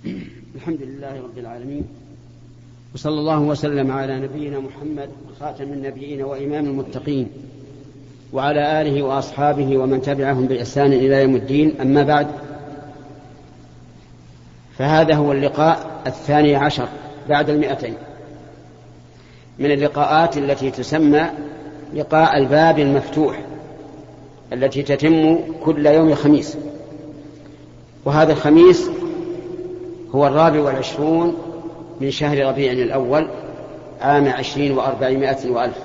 الحمد لله رب العالمين، وصلى الله وسلم على نبينا محمد خاتم النبيين وإمام المتقين، وعلى آله وأصحابه ومن تبعهم بإحسان إلى يوم الدين. أما بعد، فهذا هو اللقاء 12 بعد 200 من اللقاءات التي تسمى لقاء الباب المفتوح، التي تتم كل يوم خميس. وهذا الخميس هو 24 من شهر ربيع الأول عام 20 و400 وألف.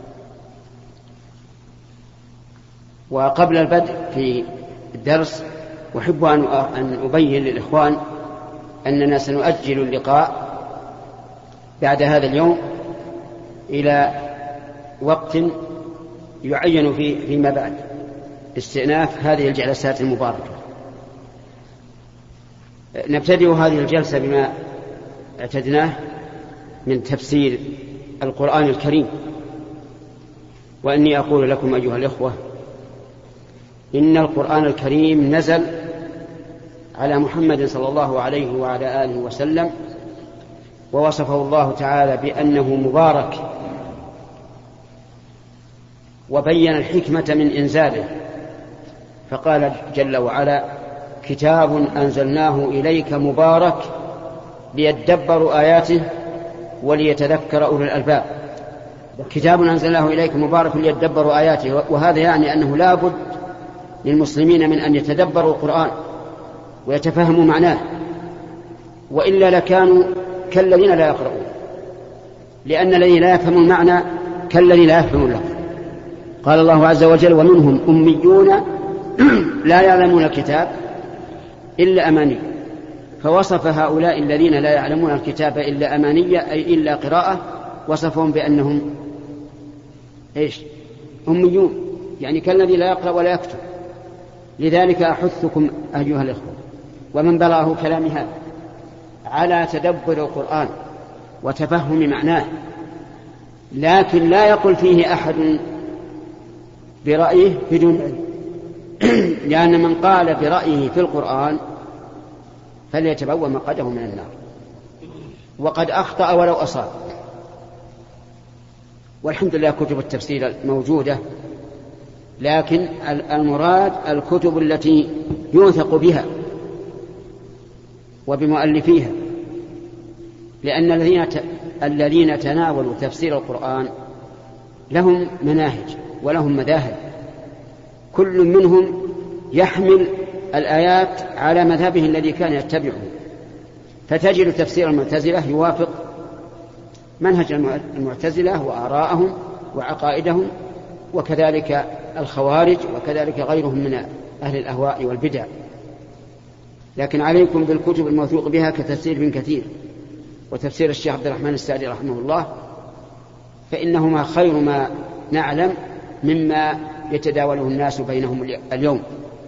وقبل البدء في الدرس أحب أن أبين للإخوان أننا سنؤجل اللقاء بعد هذا اليوم إلى وقت يعين فيما بعد استئناف هذه الجلسات المباركة. نبتدئ هذه الجلسة بما اعتدناه من تفسير القرآن الكريم. وإني أقول لكم أيها الإخوة، إن القرآن الكريم نزل على محمد صلى الله عليه وعلى آله وسلم، ووصفه الله تعالى بأنه مبارك، وبين الحكمة من إنزاله، فقال جل وعلا: كتاب أنزلناه إليك مبارك ليدبروا آياته وليتذكر أولو الألباب. كتاب أنزلناه إليك مبارك ليدبروا آياته، وهذا يعني أنه لا بد للمسلمين من أن يتدبروا القرآن ويتفهموا معناه، وإلا لكانوا كالذين لا يقرؤون، لأن الذين لا يفهمون المعنى كالذين لا يفهمون اللفظ. قال الله عز وجل: ومنهم أميون لا يعلمون الكتاب إلا أماني. فوصف هؤلاء الذين لا يعلمون الكتاب إلا أمانية، أي إلا قراءة، وصفهم بأنهم أميون، يعني كالذي لا يقرأ ولا يكتب. لذلك أحثكم أيها الإخوة ومن بلغه كلام هذا على تدبر القرآن وتفهم معناه، لكن لا يقل فيه أحد برأيه بدون علم، لأن من قال برأيه في القرآن فليتبوأ مقعده من النار، وقد أخطأ ولو أصاب. والحمد لله كتب التفسير موجودة، لكن المراد الكتب التي يوثق بها وبمؤلفيها، لأن الذين تناولوا تفسير القرآن لهم مناهج ولهم مذاهب، كل منهم يحمل الآيات على مذهبه الذي كان يتبعه. فتجد تفسير المعتزلة يوافق منهج المعتزلة وآراءهم وعقائدهم، وكذلك الخوارج، وكذلك غيرهم من أهل الأهواء والبدع. لكن عليكم بالكتب الموثوق بها كتفسير ابن كثير وتفسير الشيخ عبد الرحمن السعدي رحمه الله، فإنهما خير ما نعلم مما يتداوله الناس بينهم اليوم.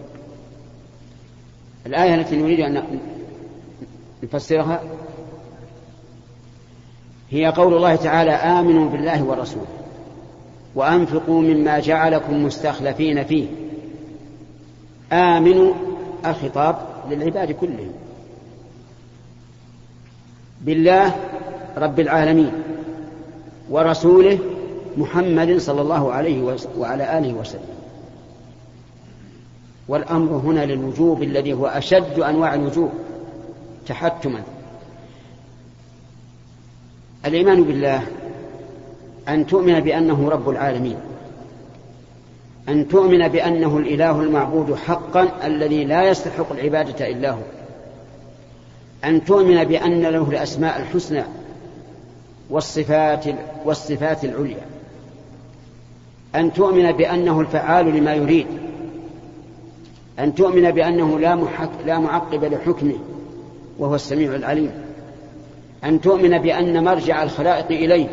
الآية التي نريد أن نفسرها هي قول الله تعالى: آمنوا بالله ورسوله وأنفقوا مما جعلكم مستخلفين فيه. آمنوا الخطاب للعباد كلهم، بالله رب العالمين، ورسوله محمد صلى الله عليه وعلى آله وسلم. والأمر هنا للوجوب الذي هو أشد أنواع الوجوب تحتما. الإيمان بالله أن تؤمن بأنه رب العالمين، أن تؤمن بأنه الإله المعبود حقا الذي لا يستحق العبادة إلا هو، أن تؤمن بأن له الأسماء الحسنى والصفات العليا، أن تؤمن بأنه الفعال لما يريد، أن تؤمن بأنه لا معقب لحكمه وهو السميع العليم، أن تؤمن بأن مرجع الخلائق إليه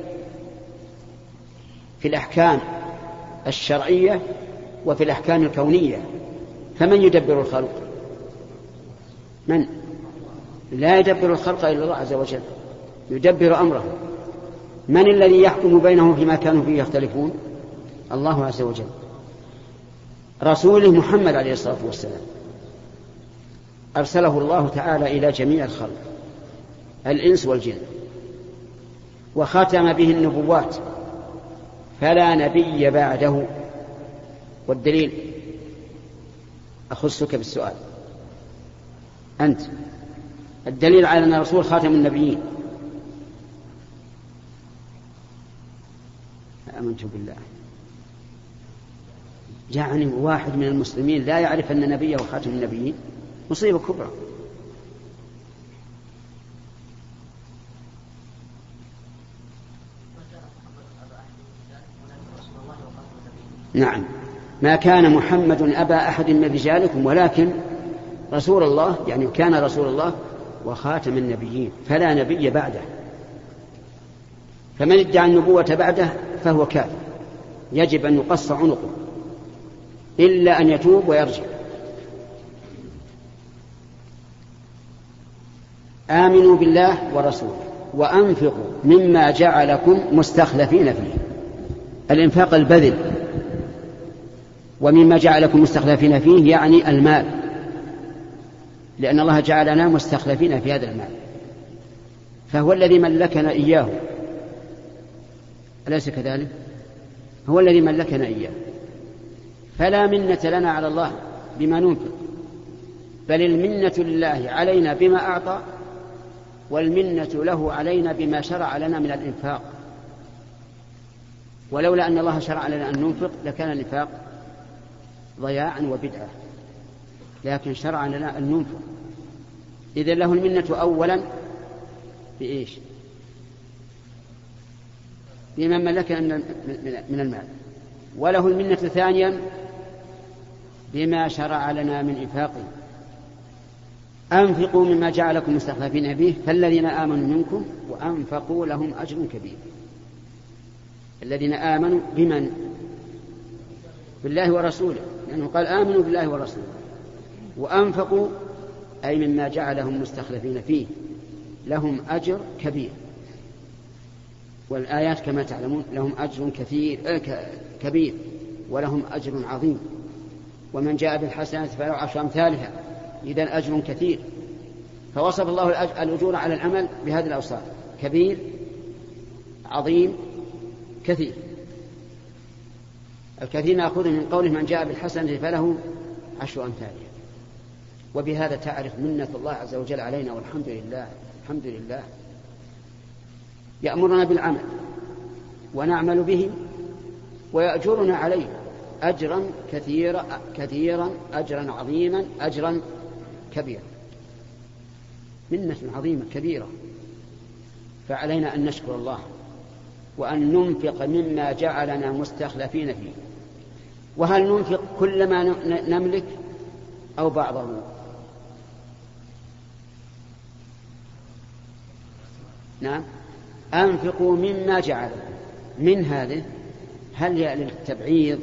في الأحكام الشرعية وفي الأحكام الكونية. فمن يدبر الخلق؟ من؟ لا يدبر الخلق إلا الله عز وجل، يدبر أمره. من الذي يحكم بينهم فيما كانوا فيه يختلفون؟ الله عز وجل. رسوله محمد عليه الصلاة والسلام أرسله الله تعالى إلى جميع الخلق الإنس والجن، وختم به النبوات، فلا نبي بعده. والدليل أخصك بالسؤال أنت، الدليل على أن الرسول خاتم النبيين. آمنت بالله. يعني واحد من المسلمين لا يعرف أن نبيه خاتم النبيين، مصيبة كبرى. نعم، ما كان محمد أبا أحد من رجالكم ولكن رسول الله، يعني كان رسول الله وخاتم النبيين، فلا نبي بعده. فمن ادعى النبوة بعده فهو كافر، يجب أن يقص عنقه إلا أن يتوب ويرجع. آمنوا بالله ورسوله وأنفقوا مما جعلكم مستخلفين فيه. الإنفاق البذل، ومما جعلكم مستخلفين فيه يعني المال، لأن الله جعلنا مستخلفين في هذا المال، فهو الذي ملكنا إياه، أليس كذلك؟ هو الذي ملكنا إياه، فلا منة لنا على الله بما ننفق، بل المنة لله علينا بما أعطى، والمنة له علينا بما شرع لنا من الإنفاق. ولولا أن الله شرع لنا أن ننفق لكان الإنفاق ضياعا وبدعة، لكن شرع لنا أن ننفق. إذن له المنة أولا بإيش؟ بمن ملك من المال، وله المنة ثانيا بما شرع لنا من إنفاقه. أنفقوا مما جعلكم مستخلفين به فالذين آمنوا منكم وأنفقوا لهم أجر كبير. الذين آمنوا بمن؟ بالله ورسوله، لأنه قال آمنوا بالله ورسوله، وأنفقوا أي مما جعلهم مستخلفين فيه لهم أجر كبير. والآيات كما تعلمون لهم أجر كبير ولهم أجر عظيم، ومن جاء بالحسنة فله 10 أمثالها، إذن أجر كثير. فوصف الله الأجور على العمل بهذه الأوصاف: كبير، عظيم، كثير. الكثير نأخذه من قوله من جاء بالحسنة فله 10 أمثالها. وبهذا تعرف منة الله عز وجل علينا، والحمد لله. الحمد لله. يأمرنا بالعمل ونعمل به ويأجرنا عليه أجرا كثيرا، أجرا عظيما، أجرا كبيرا، منة عظيمة كبيرة. فعلينا أن نشكر الله وأن ننفق مما جعلنا مستخلفين فيه. وهل ننفق كل ما نملك أو بعضه؟ نعم، أنفقوا مما جعلكم. من هذه هل هي للتبعيض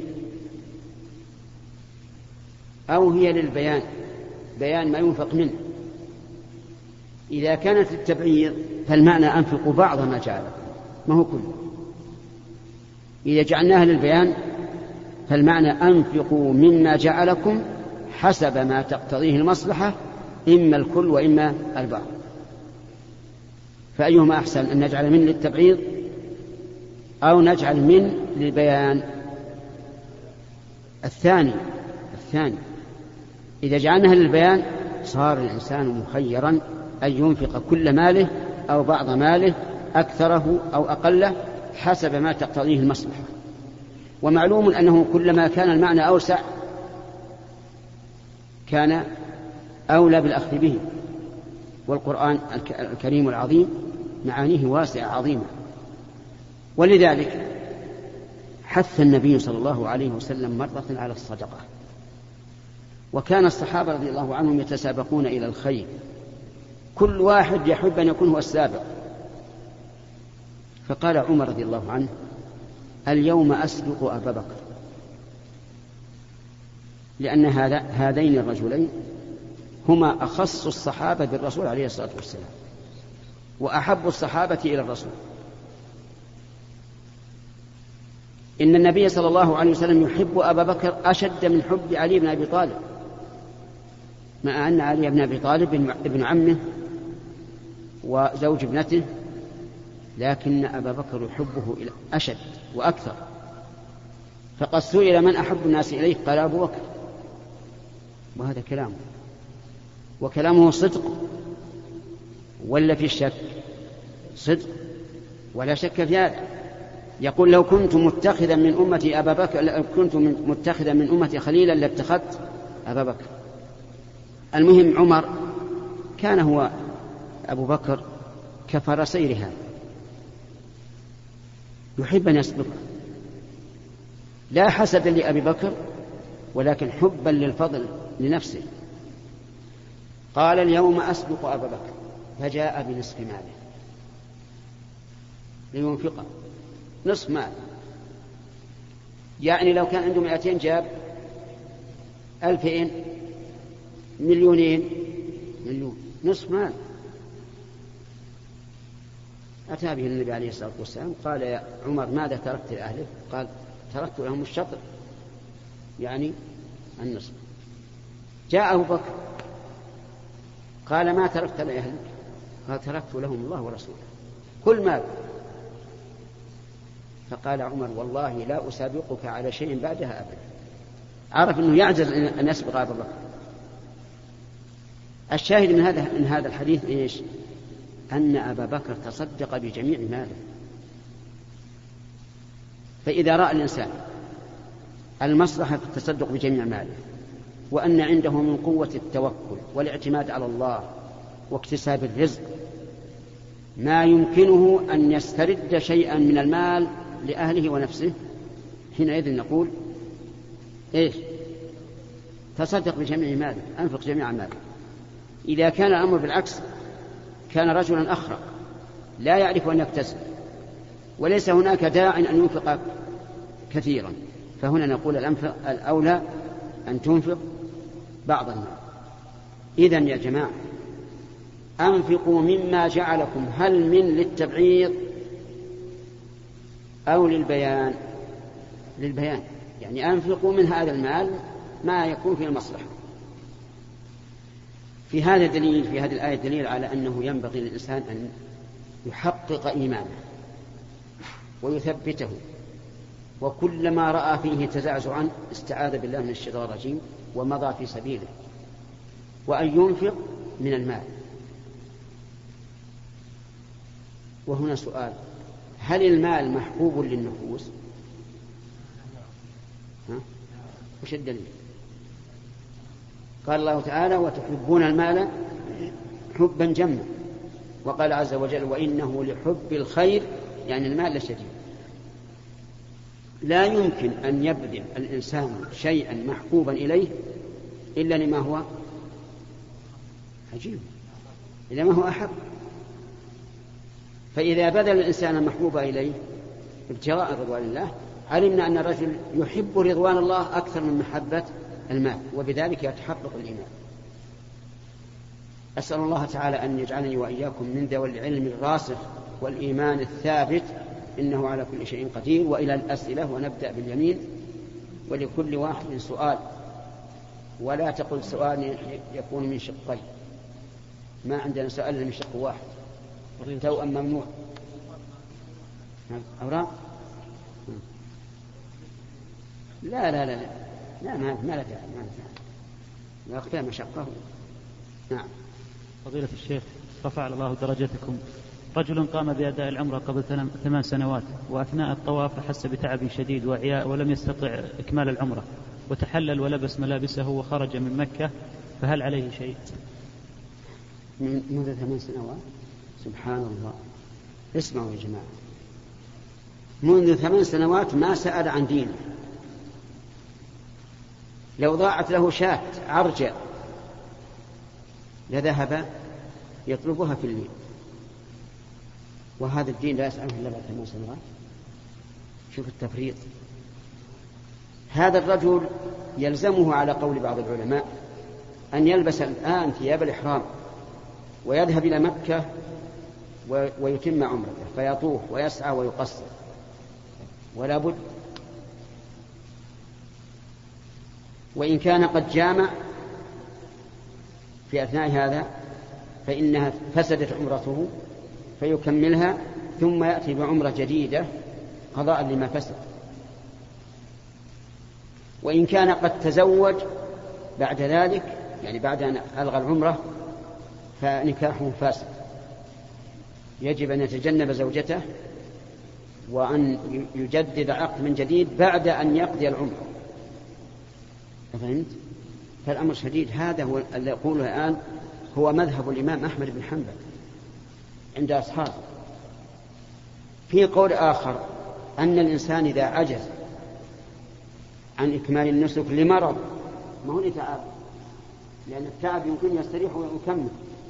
أو هي للبيان، بيان ما ينفق منه؟ إذا كانت للتبعيض فالمعنى أنفقوا بعض ما جعلكم، ما هو كله. إذا جعلناها للبيان فالمعنى أنفقوا مما جعلكم حسب ما تقتضيه المصلحة، إما الكل وإما البعض. فأيهما أحسن، أن نجعل من للتبعيض أو نجعل من للبيان؟ الثاني. إذا جعلناها للبيان صار الإنسان مخيرا أن ينفق كل ماله أو بعض ماله، أكثره أو أقله، حسب ما تقتضيه المصلحة. ومعلوم أنه كلما كان المعنى أوسع كان أولى بالأخذ به. والقرآن الكريم العظيم معانيه واسعة عظيمة، ولذلك حث النبي صلى الله عليه وسلم مرة على الصدقة. وكان الصحابة رضي الله عنهم يتسابقون إلى الخير، كل واحد يحب أن يكون هو السابق. فقال عمر رضي الله عنه: اليوم أسبق أبا بكر، لأن هذين الرجلين هما أخص الصحابة بالرسول عليه الصلاة والسلام، وأحب الصحابة إلى الرسول. إن النبي صلى الله عليه وسلم يحب أبا بكر أشد من حب علي بن أبي طالب، مع أن علي بن أبي طالب ابن عمه وزوج ابنته، لكن أبا بكر يحبه أشد وأكثر. فقد سئل من أحب الناس إليه قال أبو بكر، وهذا كلامه، وكلامه صدق ولا في الشك؟ صدق ولا شك في هذا. يقول لو كنت متخذا من أمتي أبا بكر، كنت متخذا من أمتي خليلا لاتخذت أبا بكر. المهم عمر كان هو أبو بكر كفرسي رهان، يحب أن يسبقه، لا حسد لأبي بكر ولكن حبا للفضل لنفسه. قال اليوم أسبق أبا بكر، فجاء بنصف ماله لينفقه، نصف مال. يعني لو كان عنده 200 جاب 2000 مليونين، مليون، نصف مال. أتى به النبي عليه الصلاة والسلام قال يا عمر ماذا تركت لأهلك؟ قال تركت لهم الشطر، يعني النصف. جاء أبو بكر قال ما تركت لأهلك؟ قال تركت لهم الله ورسوله كل مال. فقال عمر والله لا أسابقك على شيء بعدها أبدا. عرف أنه يعجز أن يسبق أبا بكر. الشاهد من هذا الحديث إيش؟ أن أبا بكر تصدق بجميع ماله. فإذا رأى الإنسان المصلحة في التصدق بجميع ماله، وأن عنده من قوة التوكل والاعتماد على الله واكتساب الرزق ما يمكنه أن يسترد شيئا من المال لأهله ونفسه، حينئذ نقول إيش؟ تصدق بجميع ماله، أنفق جميع ماله. إذا كان الأمر بالعكس، كان رجلا أخرق لا يعرف أن يكتسب وليس هناك داع أن ينفق كثيرا، فهنا نقول الأولى أن تنفق بعض المال. إذن يا جماعة أنفقوا مما جعلكم، هل من للتبعيض أو للبيان؟ للبيان، يعني أنفقوا من هذا المال ما يكون فيه المصلحة. في هذا دليل، في هذه الآية دليل على أنه ينبغي للإنسان أن يحقق إيمانه ويثبته، وكلما رأى فيه تزعزعا استعاذ بالله من الشيطان الرجيم ومضى في سبيله، وأن ينفق من المال. وهنا سؤال: هل المال محبوب للنفوس؟ وش الدليل؟ قال الله تعالى: وتحبون المال حبا جما. وقال عز وجل: وإنه لحب الخير، يعني المال لشديد. لا يمكن أن يبذل الإنسان شيئا محبوبا إليه إلا لما هو عجيب، إلا ما هو أحب. فإذا بذل الإنسان المحبوب إليه ابتغاء رضوان الله، علمنا أن الرجل يحب رضوان الله أكثر من محبة المال، وبذلك يتحقق الإيمان. أسأل الله تعالى أن يجعلني وإياكم من ذوي العلم الراسخ والإيمان الثابت، إنه على كل شيء قدير. وإلى الأسئلة، ونبدأ باليمين، ولكل واحد سؤال، ولا تقل سؤال يكون من شقين، ما عندنا سؤال من شق واحد، توأم ممنوع. أوراق؟ لا لا لا لا، ما لا تعلم، ما لا يخفى مشقه. نعم. فضيلة الشيخ، رفع الله درجتكم. رجل قام بأداء العمرة قبل 8 سنوات، وأثناء الطواف أحس بتعب شديد وإعياء ولم يستطع إكمال العمرة، وتحلل ولبس ملابسه وخرج من مكة، فهل عليه شيء؟ منذ 8 سنوات؟ سبحان الله. اسمعوا يا جماعة، منذ 8 سنوات ما سأل عن دينه. لو ضاعت له شاة عرجة لذهب يطلبها في الليل، وهذا الدين لا يسأله إلا بعد 8 سنوات. شوف التفريط. هذا الرجل يلزمه على قول بعض العلماء أن يلبس الآن ثياب الإحرام ويذهب إلى مكة ويتم عمرته، فيطوف ويسعى ويقصر، ولا بد. وإن كان قد جامع في أثناء هذا فإنها فسدت عمرته فيكملها ثم يأتي بعمرة جديدة قضاء لما فسد. وإن كان قد تزوج بعد ذلك يعني بعد أن ألغى العمرة فنكاحه فاسد، يجب أن يتجنب زوجته وأن يجدد عقد من جديد بعد أن يقضي العمرة. فهمت؟ فالأمر شديد. هذا هو الذي يقوله الآن هو مذهب الإمام أحمد بن حنبل عند أصحابه. في قول آخر أن الإنسان إذا عجز عن إكمال النسك لمرض، ما هو لتعب، لأن التعب يمكن يستريح ويكمل.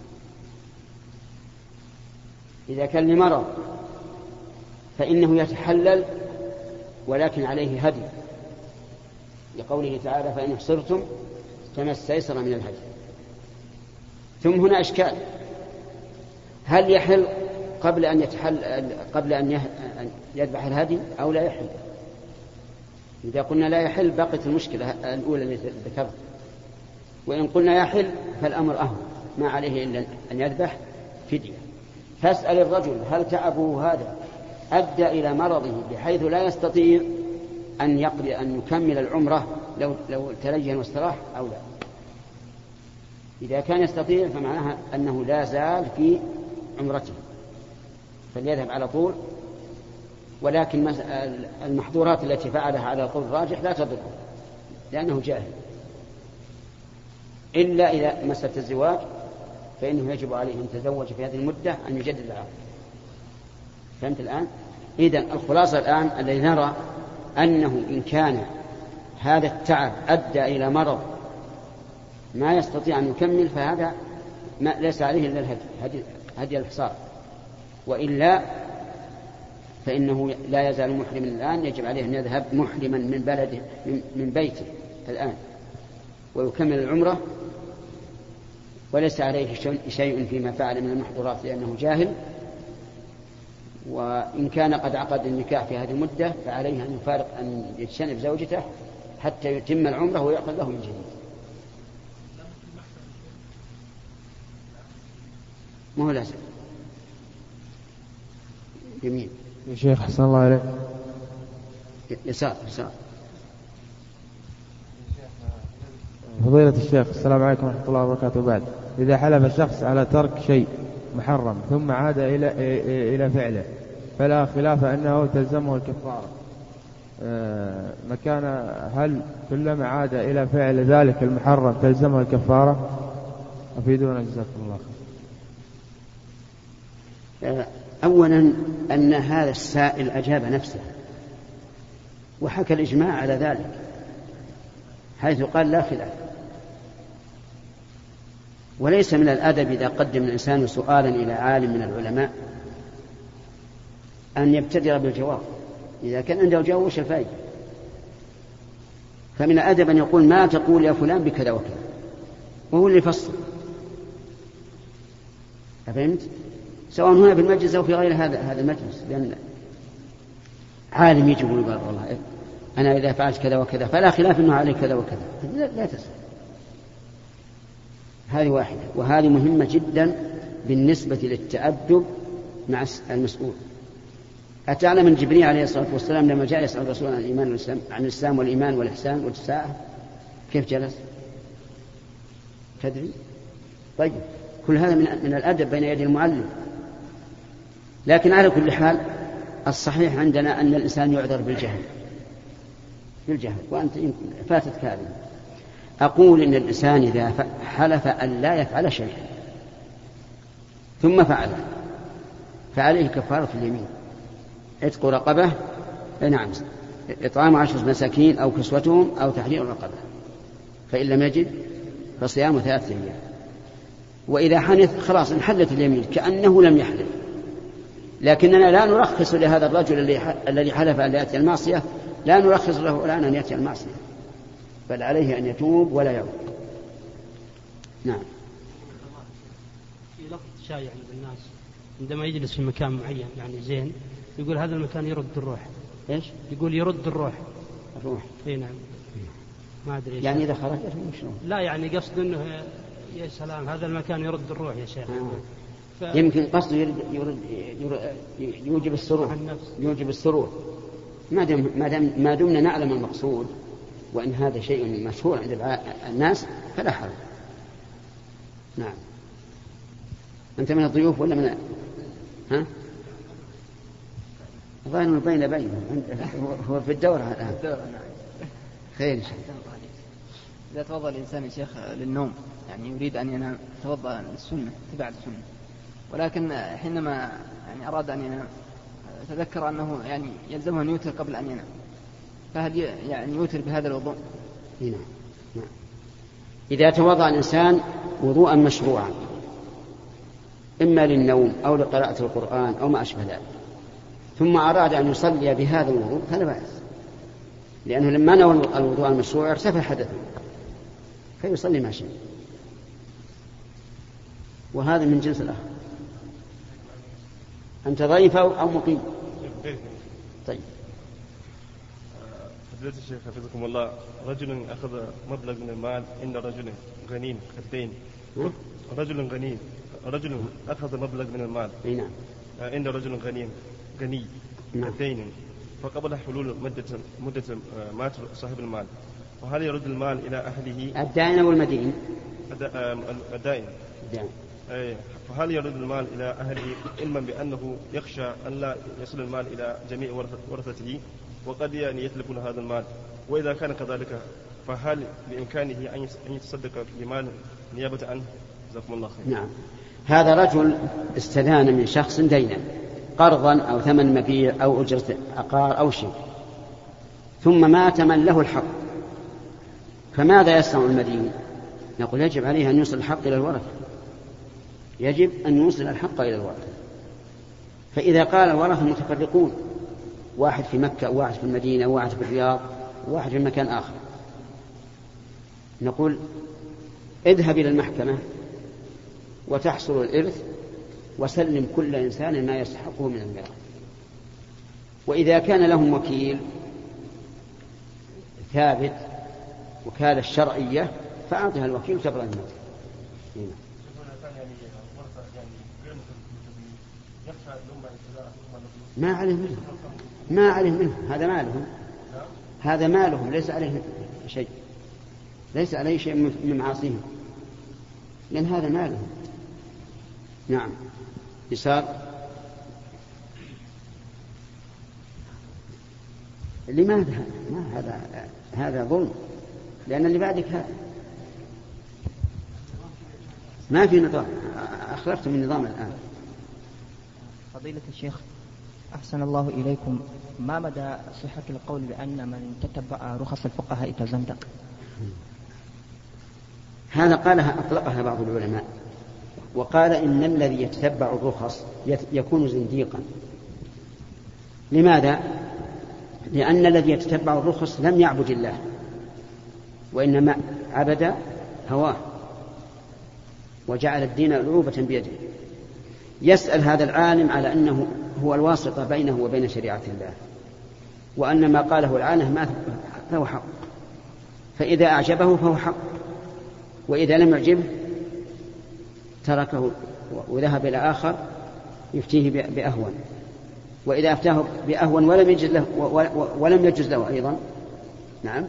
إذا كان لمرض فإنه يتحلل ولكن عليه هدي، لقوله تعالى فإن احصرتم فما استيسر من الهدي. ثم هنا إشكال، هل يحل قبل أن يذبح الهدي أو لا يحل؟ إذا قلنا لا يحل بقت المشكلة الأولى التي ذكرت، وإن قلنا يحل فالأمر أهون، ما عليه إلا أن يذبح فدية. فاسأل الرجل هل تعبه هذا أدى إلى مرضه بحيث لا يستطيع أن يكمل العمرة لو تلين واستراح أو لا. إذا كان يستطيع فمعناها أنه لا زال في عمرته فليذهب على طول، ولكن المحظورات التي فعلها على القول الراجح لا تضره لأنه جاهل، إلا إذا مسألة الزواج فإنه يجب عليه أن يتزوج في هذه المدة أن يجدد العقد. فهمت الآن؟ إذن الخلاصة الآن الذي نرى أنه إن كان هذا التعب أدى إلى مرض ما يستطيع أن يكمل فهذا ليس عليه إلا هدي الحصار، وإلا فإنه لا يزال محرما الآن، يجب عليه أن يذهب محرما من بلده من بيته الآن ويكمل العمرة وليس عليه شيء فيما فعل من المحظورات لأنه جاهل. وإن كان قد عقد النكاح في هذه المدة فعليه أن يفارق أن يجتنب زوجته حتى يتم العمرة ويأخذ له من جديد. ما هو لازم يمين يا شيخ حسن الله عليك. يسار. فضيلة الشيخ السلام عليكم ورحمة الله وبركاته. بعد إذا حلف الشخص على ترك شيء محرم ثم عاد إلى فعله فلا خلاف أنه تلزمه الكفارة مكان، هل كلما عاد إلى فعل ذلك المحرم تلزمه الكفارة؟ أفيدونا جزاكم الله خير. أولا أن هذا السائل أجاب نفسه وحكى الإجماع على ذلك حيث قال لا خلاف. وليس من الأدب إذا قدم الإنسان سؤالا إلى عالم من العلماء أن يبتدر بالجواب، إذا كان عنده جواب وش الفائدة؟ فمن الأدب أن يقول ما تقول يا فلان بكذا وكذا، وهو اللي يفصل. فهمت؟ سواء هنا في المجلس أو في غير هذا المجلس، لأن عالم يجب يقول والله أنا إذا فعلت كذا وكذا فلا خلاف أنه عليه كذا وكذا، لا تسأل. هذه واحدة، وهذه مهمة جدا بالنسبة للتأدب مع المسؤول. أتعلم من جبريل عليه الصلاة والسلام لما جاء يسأل الرسول عن الإيمان والإسلام، عن الإسلام والإيمان والإحسان والساعة، كيف جلس؟ تدري؟ طيب كل هذا من الأدب بين يدي المعلم. لكن على كل حال الصحيح عندنا أن الإنسان يعذر بالجهل وأنت فاتتك هذه. أقول إن الإنسان إذا حلف أن لا يفعل شيئا ثم فعله فعليه كفارة اليمين، عتق رقبة، نعم، إطعام 10 مساكين أو كسوتهم أو تحرير رقبة، فإن لم يجد فصيام 3 أيام. وإذا حنث خلاص انحلت اليمين كأنه لم يحلف. لكننا لا نرخص لهذا الرجل الذي حلف أن لا يأتي المعصية، لا نرخص له الآن أن يأتي المعصية، بل عليه أن يتوب ولا يعود. نعم. في لفظ شائع عند الناس عندما يجلس في مكان معين يعني زين، يقول هذا المكان يرد الروح. إيش؟ يقول يرد الروح. الروح. إيه نعم. ما أدري. يعني إذا خرجت شلون؟ لا يعني قصد إنه يا سلام، هذا المكان يرد الروح يا شيخ. يمكن قصده يوجب السرور، يوجب السرور. ما دمنا نعلم المقصود، وإن هذا شيء مشهور عند الناس فلا حرج. نعم. أنت من الضيوف ولا من ظاهر بين هو في الدورة الآن. خير. إذا توضأ الإنسان يا شيخ للنوم، يعني يريد أن ينام، توضأ للسنة تبع السنة، ولكن حينما يعني أراد أن ينام تذكر أنه يعني يلزمه أن يوتر قبل أن ينام، فهل يعني يوتر بهذا الوضوء؟ نعم. إذا توضأ الإنسان وضوءا مشروعا إما للنوم أو لقراءة القرآن أو ما أشبه ذلك، ثم أراد أن يصلي بهذا الوضوء فلا بأس، لأنه لما نوى الوضوء المشروع ارتفع حدثه فيصلي ما شاء. وهذا من جنس الآخر. أنت ضيف أو مقيم؟ طيب. فضيلة الشيخ حفظكم الله، رجل أخذ مبلغ من المال عند رجل غني كالدين. رجل أخذ مبلغ من المال عند رجل غني كالدين، فقبل حلول مدة مات صاحب المال، وهل يرد المال إلى أهله؟ الدائن أو المدين؟ الدائن. فهل يرد المال إلى أهله علما بأنه يخشى أن لا يصل المال إلى جميع ورثته، وقد يعني يتلفون هذا المال؟ وإذا كان كذلك فهل بإمكانه أن يتصدق بمال نيابة عنه؟ جزاكم الله خير. نعم. هذا رجل استدان من شخص دينا، قرضا أو ثمن مبيع أو أجرة عقار أو شيء، ثم مات من له الحق، فماذا يصنع المدين؟ نقول يجب عليه أن يوصل الحق إلى الورثة، يجب أن يوصل الحق إلى الورثة. فإذا قال الورثة متفرقون، واحد في مكة وواحد في المدينة وواحد في الرياض وواحد في مكان آخر، نقول اذهب إلى المحكمة وتحصل الإرث وسلم كل إنسان ما يستحقه من الميراث. وإذا كان لهم وكيل ثابت وكالة الشرعية فأعطها الوكيل تبرأ المال. ما عليه منه هذا مالهم، هذا مالهم ليس عليه شيء، ليس عليه شيء من معاصيهم، لأن هذا مالهم. نعم. يسار. لماذا؟ ما هذا ظلم، لأن اللي بعدك هذا ما في نظام، أخلفت من نظام الآن. فضيلة الشيخ أحسن الله إليكم، ما مدى صحة القول بأن من تتبع رخص الفقهاء تزندق؟ هذا قالها أطلقها بعض العلماء، وقال إن الذي يتتبع الرخص يكون زنديقا. لماذا؟ لأن الذي يتتبع الرخص لم يعبد الله، وإنما عبد هواه وجعل الدين لعوبة بيده. يسأل هذا العالم على أنه هو الواسطة بينه وبين شريعة الله، وأن ما قاله العالم فهو حق، فإذا أعجبه فهو حق، وإذا لم يعجبه تركه وذهب إلى آخر يفتيه بأهون، وإذا أفتاه بأهون ولم يجز له أيضا، نعم،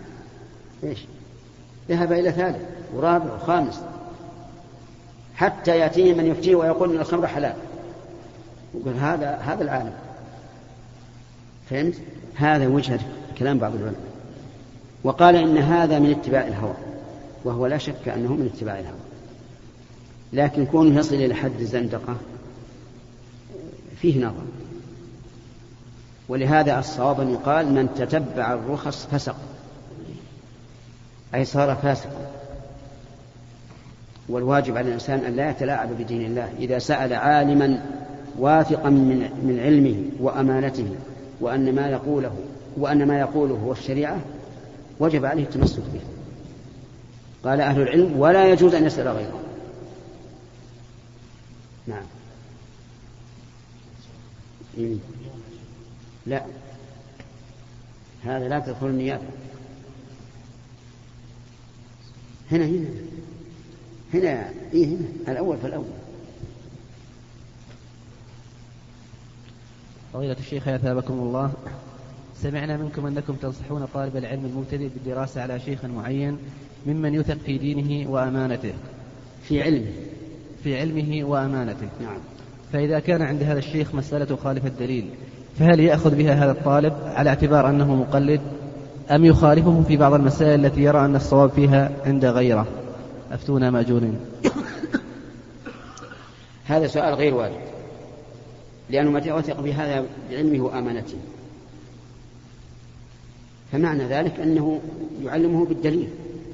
ذهب إلى ثالث ورابع وخامس، حتى يأتيه من يفتيه ويقول إن الخمر حلال، يقول هذا العالم. فهمت؟ هذا وجهة كلام بعض العلماء. وقال إن هذا من اتباع الهوى، وهو لا شك أنه من اتباع الهوى، لكن كونه يصل إلى حد الزندقة فيه نظر. ولهذا الصواب أن يقال من تتبع الرخص فسق، أي صار فاسقا. والواجب على الإنسان أن لا يتلاعب بدين الله. إذا سأل عالما واثقا من علمه وأمانته وأن ما يقوله هو الشريعة وجب عليه التمسك به. قال أهل العلم ولا يجوز أن يسأل غيره. نعم. لا، هذا لا تدخل النيابة. هنا هنا إيه هنا الأول فالأول. فضيلة الشيخ أثابكم الله، سمعنا منكم أنكم تنصحون طالب العلم المبتدئ بالدراسة على شيخ معين ممن يثق في دينه وأمانته في علمه وأمانته. نعم. فإذا كان عند هذا الشيخ مسألة تخالف الدليل، فهل يأخذ بها هذا الطالب على اعتبار أنه مقلد، أم يخالفه في بعض المسائل التي يرى أن الصواب فيها عند غيره؟ أفتونا مأجورين. هذا سؤال غير وارد، لأنه متى وثق بهذا بعلمه وأمانته فمعنى ذلك أنه يعلمه بالدليل،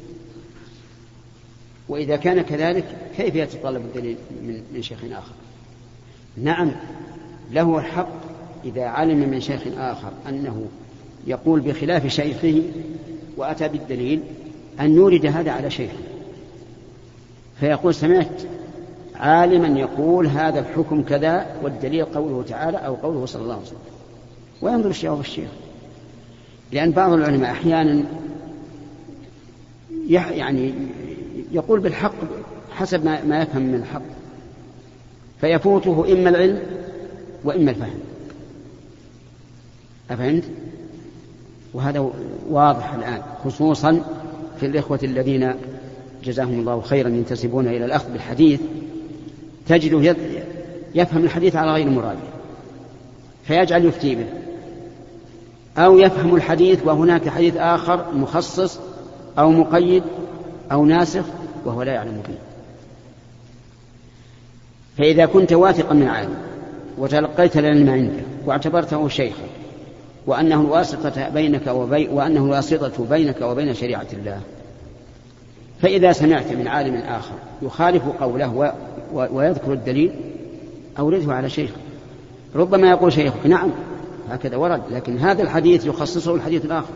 وإذا كان كذلك كيف يتطلب الدليل من شيخ آخر؟ نعم له الحق إذا علم من شيخ آخر أنه يقول بخلاف شيخه وأتى بالدليل أن يورد هذا على شيخه، فيقول سمعت عالما يقول هذا الحكم كذا والدليل قوله تعالى أو قوله صلى الله عليه وسلم، وينظر الشيخ بالشيخ. لأن بعض العلماء أحيانا يعني يقول بالحق حسب ما يفهم من الحق، فيفوته إما العلم وإما الفهم. أفهمت؟ وهذا واضح الآن، خصوصا في الإخوة الذين جزاهم الله خيرا ينتسبون إلى الأخذ بالحديث، تجده يفهم الحديث على غير مراده فيجعل يفتي به، أو يفهم الحديث وهناك حديث آخر مخصص أو مقيد أو ناسخ وهو لا يعلم به. فإذا كنت واثقا من عالم وتلقيت العلم عنده واعتبرته شيخا وأنه الواسطة بينك وبين شريعة الله، فإذا سمعت من عالم آخر يخالف قوله ويذكر الدليل أورده على شيخ. ربما يقول شيخك نعم هكذا ورد، لكن هذا الحديث يخصصه الحديث الآخر.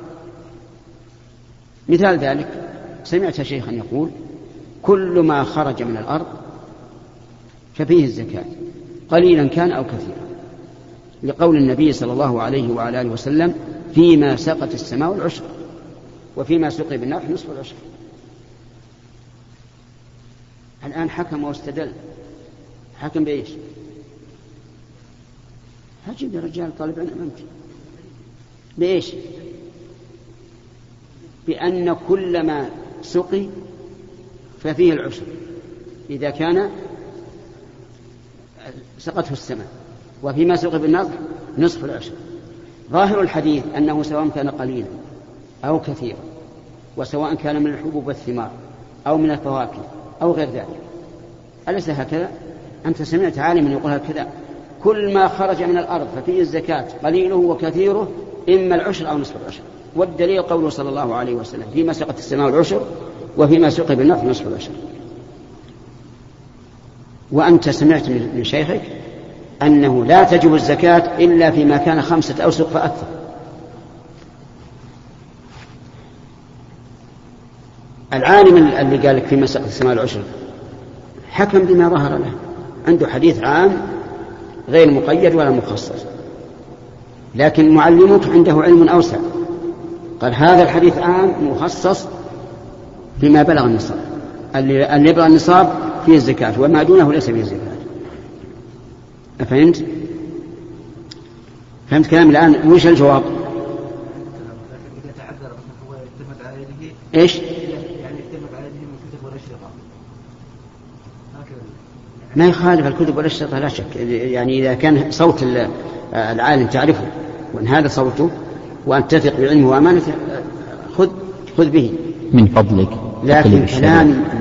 مثال ذلك سمعت شيخا يقول كل ما خرج من الأرض ففيه الزكاة قليلا كان أو كثيرا، لقول النبي صلى الله عليه وعلى آله وسلم فيما سقت السماء العشر وفيما سقي بالنار نصف العشر. الآن حكم واستدل، حكم بإيش؟ هجب يا رجال طالب علم أمامك بإيش؟ بأن كل ما سقي ففيه العشر إذا كان سقته السماء، وفيما سقي بالنار نصف العشر. ظاهر الحديث أنه سواء كان قليلا أو كثيرا، وسواء كان من الحبوب والثمار أو من الفواكه أو غير ذلك. أليس هكذا؟ أنت سمعت عالما يقول هكذا كل ما خرج من الأرض ففيه الزكاة قليله وكثيره إما العشر أو نصف العشر، والدليل قوله صلى الله عليه وسلم فيما سقت السماء العشر وفيما سقي بالنار نصف العشر. وأنت سمعت من شيخك أنه لا تجب الزكاة إلا فيما كان 5 أوسق فأكثر. العالم اللي قال لك فيما سقط السماء العشر حكم بما ظهر له، عنده حديث عام غير مقيد ولا مخصص، لكن معلمك عنده علم أوسع، قال هذا الحديث عام مخصص فيما بلغ النصاب، اللي يبلغ النصاب فيه الزكاة وما دونه ليس فيه الزكاة. أفهمت؟ فهمت كلام الآن؟ وش الجواب؟ إيش؟ ما يخالف الكتب والأشرطة لا شك، يعني إذا كان صوت العالم تعرفه وأن هذا صوته وأن تثق بعلمه وأمانته خذ به من فضلك. لكن كلام